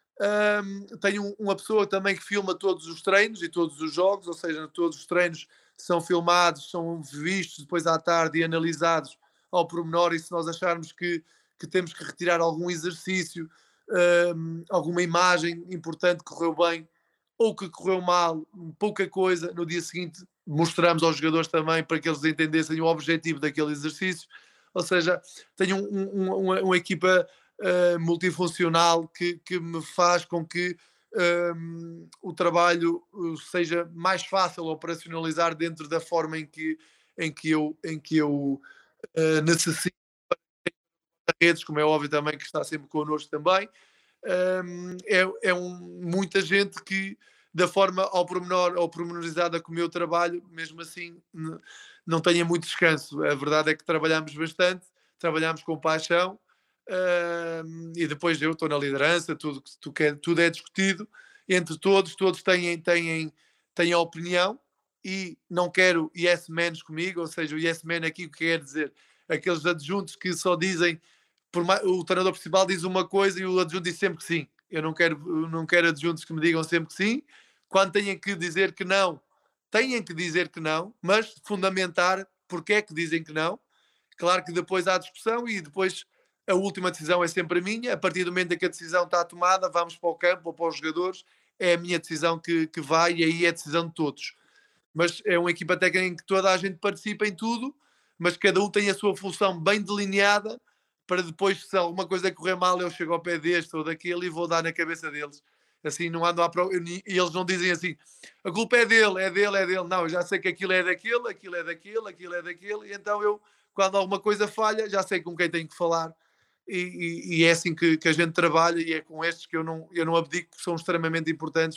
Tenho uma pessoa também que filma todos os treinos e todos os jogos, ou seja, todos os treinos são filmados, são vistos depois à tarde e analisados ao pormenor, e se nós acharmos que temos que retirar algum exercício, alguma imagem importante que correu bem ou que correu mal, pouca coisa, no dia seguinte mostramos aos jogadores também, para que eles entendessem o objetivo daquele exercício. Ou seja, tenho uma equipa multifuncional que me faz com que o trabalho seja mais fácil operacionalizar dentro da forma em que eu necessito, redes, como é óbvio também, que está sempre connosco também. Muita gente que, da forma ao pormenorizada como eu trabalho, mesmo assim não tenha muito descanso. A verdade é que trabalhamos bastante, trabalhamos com paixão, e depois eu estou na liderança, tudo é discutido entre todos têm a opinião, e não quero yes men comigo. Ou seja, o yes man aqui, o que quer dizer? Aqueles adjuntos que só dizem, o treinador principal diz uma coisa e o adjunto diz sempre que sim. Eu não quero adjuntos que me digam sempre que sim. Quando têm que dizer que não, mas fundamentar porque é que dizem que não. Claro que depois há discussão e depois a última decisão é sempre a minha. A partir do momento em que a decisão está tomada, vamos para o campo ou para os jogadores, é a minha decisão que vai, e aí é a decisão de todos. Mas é uma equipa técnica em que toda a gente participa em tudo, mas cada um tem a sua função bem delineada, para depois, se alguma coisa correr mal, eu chego ao pé deste ou daquele e vou dar na cabeça deles. Assim, não ando e eles não dizem assim, a culpa é dele, é dele, é dele. Não, eu já sei que aquilo é daquele, aquilo é daquele, aquilo é daquele, e então eu, quando alguma coisa falha, já sei com quem tenho que falar. E é assim que a gente trabalha, e é com estes que eu não abdico, porque são extremamente importantes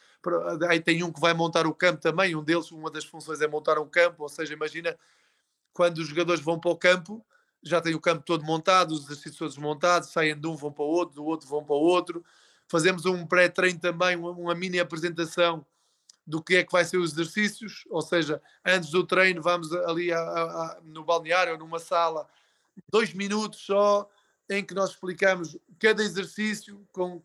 aí tem um que vai montar o campo também, um deles, uma das funções é montar um campo, ou seja, imagina quando os jogadores vão para o campo, já tem o campo todo montado, os exercícios todos montados, saem de um, vão para o outro, do outro vão para o outro. Fazemos um pré-treino também, uma mini apresentação do que é que vai ser os exercícios, ou seja, antes do treino vamos ali no balneário ou numa sala, 2 minutos só, em que nós explicamos cada exercício com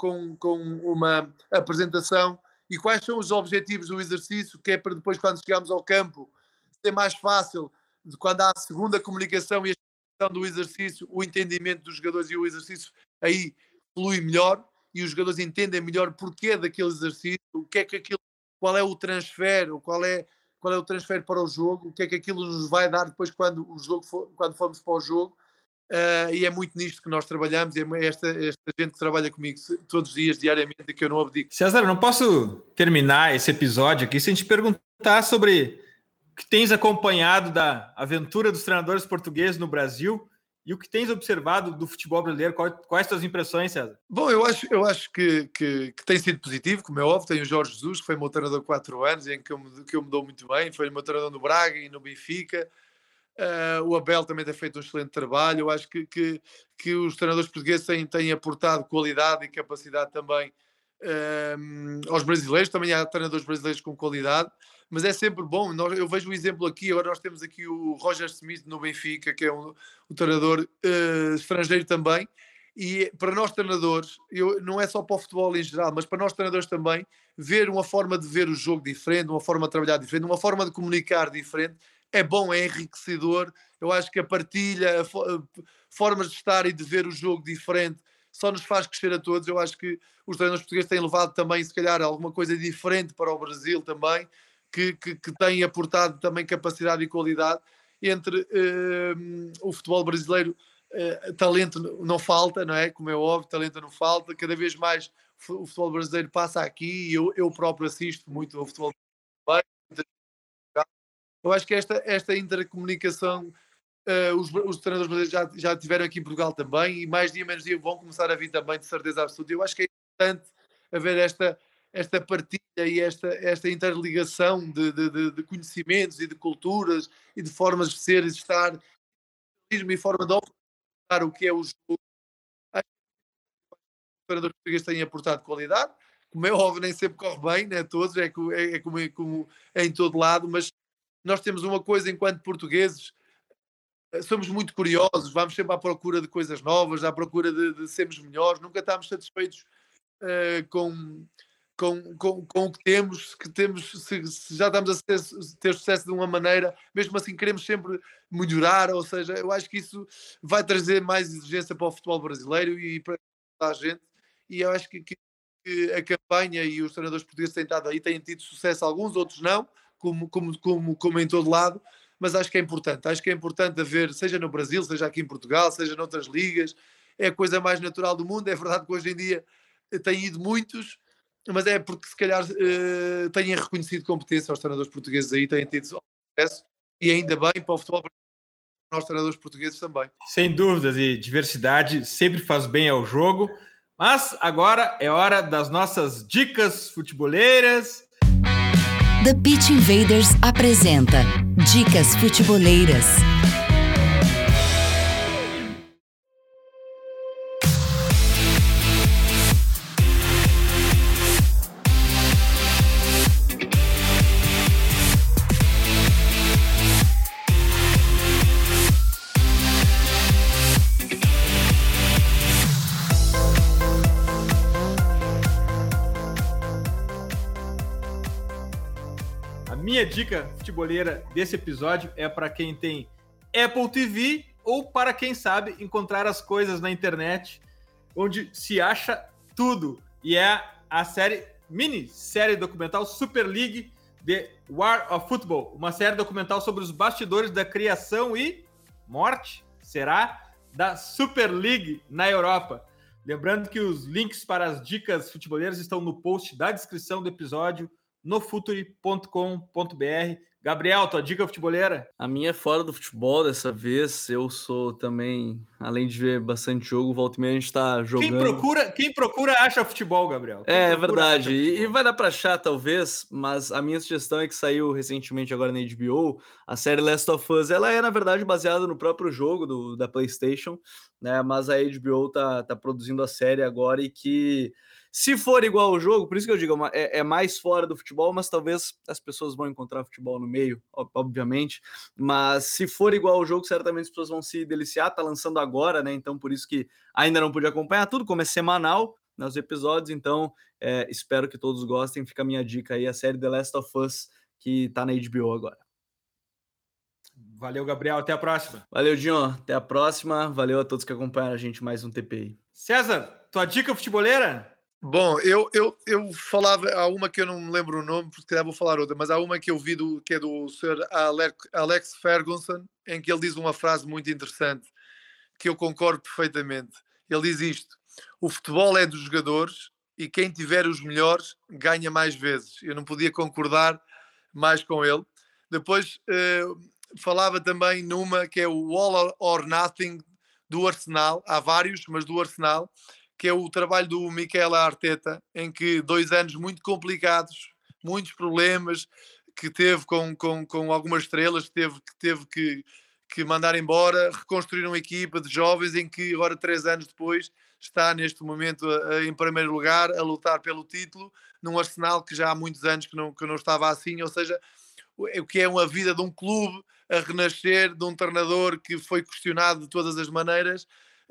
uma apresentação e quais são os objetivos do exercício, que é para depois, quando chegamos ao campo, ser mais fácil, quando há a segunda comunicação e a explicação do exercício, o entendimento dos jogadores e o exercício aí flui melhor e os jogadores entendem melhor o porquê daquele exercício, o que é que aquilo, qual é o transfer, qual é o transfer para o jogo, o que é que aquilo nos vai dar depois quando formos para o jogo. E é muito nisto que nós trabalhamos, e é esta gente que trabalha comigo todos os dias, diariamente, que eu não abdico. César, eu não posso terminar esse episódio aqui sem te perguntar sobre o que tens acompanhado da aventura dos treinadores portugueses no Brasil e o que tens observado do futebol brasileiro. Quais tuas impressões, César? Bom, eu acho que tem sido positivo, como é óbvio. Tem o Jorge Jesus, que foi meu treinador há 4 anos, em que eu me dou muito bem. Foi meu treinador no Braga e no Benfica. O Abel também tem feito um excelente trabalho. Eu acho que os treinadores portugueses têm aportado qualidade e capacidade também aos brasileiros. Também há treinadores brasileiros com qualidade, mas é sempre bom. Eu vejo o exemplo aqui, agora nós temos aqui o Roger Smith no Benfica, que é um treinador estrangeiro também, e para nós treinadores, não é só para o futebol em geral, mas para nós treinadores também, ver uma forma de ver o jogo diferente, uma forma de trabalhar diferente, uma forma de comunicar diferente, é bom, é enriquecedor. Eu acho que a partilha, formas de estar e de ver o jogo diferente, só nos faz crescer a todos. Eu acho que os treinadores portugueses têm levado também, se calhar, alguma coisa diferente para o Brasil também, que tem aportado também capacidade e qualidade. Entre o futebol brasileiro, talento não falta, não é? Como é óbvio, talento não falta. Cada vez mais o futebol brasileiro passa aqui, e eu próprio assisto muito ao futebol brasileiro. Eu acho que esta intercomunicação, os treinadores brasileiros já tiveram aqui em Portugal também, e mais dia menos dia vão começar a vir também, de certeza absoluta. Eu acho que é importante haver esta partilha e esta interligação de conhecimentos e de culturas e de formas de ser e de estar, e forma de ofertar o que é o jogo. Acho que os treinadores portugueses têm aportado qualidade, como é óbvio, nem sempre corre bem, né? Todos, é como é em todo lado, mas nós temos uma coisa enquanto portugueses, somos muito curiosos, vamos sempre à procura de coisas novas, à procura de sermos melhores, nunca estamos satisfeitos com o que temos, se já estamos a ter sucesso de uma maneira, mesmo assim queremos sempre melhorar. Ou seja, eu acho que isso vai trazer mais exigência para o futebol brasileiro e para a gente, e eu acho que a campanha e os treinadores portugueses têm estado aí, têm tido sucesso, alguns, outros não, como em todo lado, mas acho que é importante haver, seja no Brasil, seja aqui em Portugal, seja noutras ligas. É a coisa mais natural do mundo. É verdade que hoje em dia têm ido muitos, mas é porque se calhar têm reconhecido competência aos treinadores portugueses aí, têm tido sucesso, e ainda bem para o futebol, para os treinadores portugueses também. Sem dúvidas, e diversidade sempre faz bem ao jogo. Mas agora é hora das nossas dicas futeboleiras. The Pitch Invaders apresenta Dicas Futeboleiras. Minha dica futeboleira desse episódio é para quem tem Apple TV ou para quem sabe encontrar as coisas na internet, onde se acha tudo. E é a minissérie documental Super League The War of Football, uma série documental sobre os bastidores da criação e morte, será, da Super League na Europa. Lembrando que os links para as dicas futeboleiras estão no post da descrição do episódio no futuri.com.br. Gabriel, tua dica futeboleira? A minha é fora do futebol dessa vez. Eu sou também, além de ver bastante jogo, volta e meia a gente tá jogando. Quem procura acha futebol, Gabriel. É verdade. E vai dar pra achar, talvez, mas a minha sugestão é que saiu recentemente agora na HBO, a série Last of Us. Ela é, na verdade, baseada no próprio jogo da PlayStation, né? Mas a HBO tá produzindo a série agora e que, se for igual ao jogo, por isso que eu digo, é mais fora do futebol, mas talvez as pessoas vão encontrar futebol no meio, obviamente, mas se for igual ao jogo, certamente as pessoas vão se deliciar. Tá lançando agora, né? Então por isso que ainda não pude acompanhar tudo, como é semanal nos episódios, então espero que todos gostem. Fica a minha dica aí, a série The Last of Us, que tá na HBO agora. Valeu, Gabriel, até a próxima. Valeu, Dinho, até a próxima. Valeu a todos que acompanharam a gente mais um TPI. César, tua dica futeboleira? Bom, eu falava, há uma que eu não me lembro o nome, porque vou falar outra, mas há uma que eu vi que é do Sr. Alex Ferguson, em que ele diz uma frase muito interessante, que eu concordo perfeitamente. Ele diz isto: o futebol é dos jogadores e quem tiver os melhores ganha mais vezes. Eu não podia concordar mais com ele. Depois falava também numa que é o All or Nothing do Arsenal, há vários, mas do Arsenal, que é o trabalho do Mikel Arteta, em que 2 anos muito complicados, muitos problemas que teve com algumas estrelas, que teve que mandar embora, reconstruir uma equipa de jovens em que agora 3 anos depois está neste momento em primeiro lugar a lutar pelo título, num Arsenal que já há muitos anos que não estava assim. Ou seja, o que é uma vida de um clube a renascer, de um treinador que foi questionado de todas as maneiras,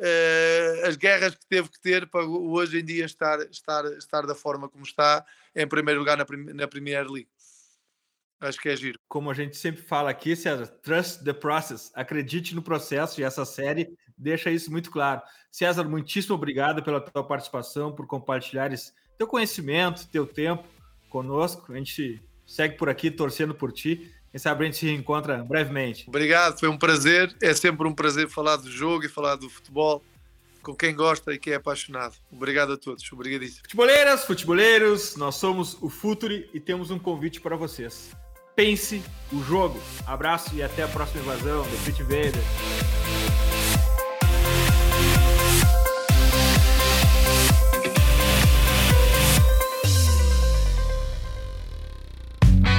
as guerras que teve que ter para hoje em dia estar da forma como está, em primeiro lugar na Premier League. Acho que é giro. Como a gente sempre fala aqui, César, trust the process, acredite no processo, e essa série deixa isso muito claro. César, muitíssimo obrigado pela tua participação, por compartilhares teu conhecimento, teu tempo conosco. A gente segue por aqui torcendo por ti. Quem sabe a gente se reencontra brevemente. Obrigado, foi um prazer. É sempre um prazer falar do jogo e falar do futebol com quem gosta e quem é apaixonado. Obrigado a todos, obrigadíssimo. Futeboleiras, futeboleiros, nós somos o Futuri e temos um convite para vocês. Pense o jogo. Abraço e até a próxima invasão do Pitch Invaders.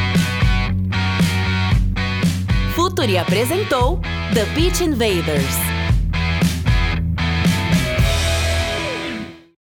Futuri apresentou The Pitch Invaders.